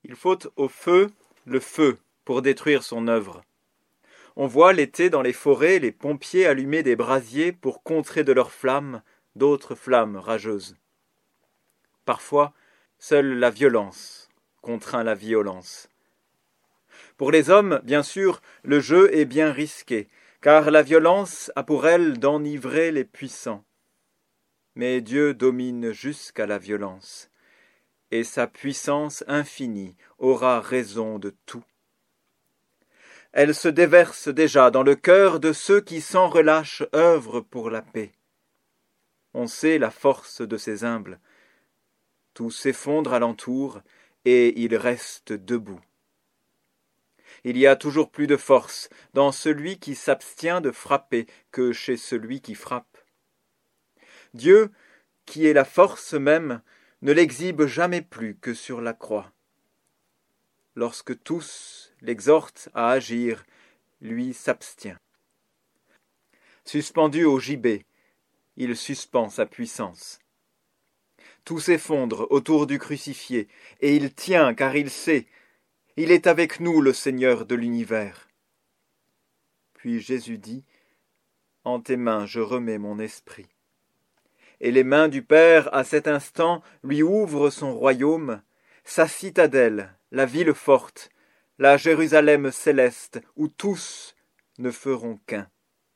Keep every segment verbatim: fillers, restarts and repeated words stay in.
Il faut au feu le feu pour détruire son œuvre. On voit l'été dans les forêts les pompiers allumer des brasiers pour contrer de leurs flammes d'autres flammes rageuses. Parfois, seule la violence contraint la violence. Pour les hommes, bien sûr, le jeu est bien risqué, car la violence a pour elle d'enivrer les puissants. Mais Dieu domine jusqu'à la violence, et sa puissance infinie aura raison de tout. Elle se déverse déjà dans le cœur de ceux qui sans relâche œuvrent pour la paix. On sait la force de ces humbles. Tout s'effondre alentour, et ils restent debout. Il y a toujours plus de force dans celui qui s'abstient de frapper que chez celui qui frappe. Dieu, qui est la force même, ne l'exhibe jamais plus que sur la croix. Lorsque tous l'exhortent à agir, lui s'abstient. Suspendu au gibet, il suspend sa puissance. Tout s'effondre autour du crucifié, et il tient car il sait, il est avec nous le Seigneur de l'univers. Puis Jésus dit, « En tes mains je remets mon esprit. » Et les mains du Père, à cet instant, lui ouvrent son royaume, sa citadelle, la ville forte, la Jérusalem céleste, où tous ne feront qu'un.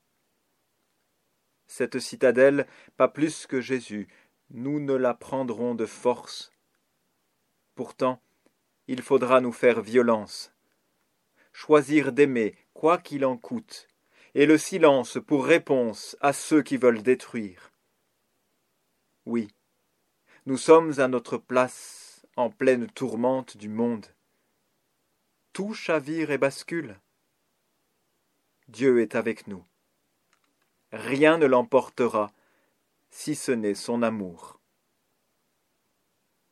Cette citadelle, pas plus que Jésus, nous ne la prendrons de force. Pourtant, il faudra nous faire violence, choisir d'aimer, quoi qu'il en coûte, et le silence pour réponse à ceux qui veulent détruire. Oui, nous sommes à notre place en pleine tourmente du monde. Tout chavire et bascule. Dieu est avec nous. Rien ne l'emportera, si ce n'est son amour.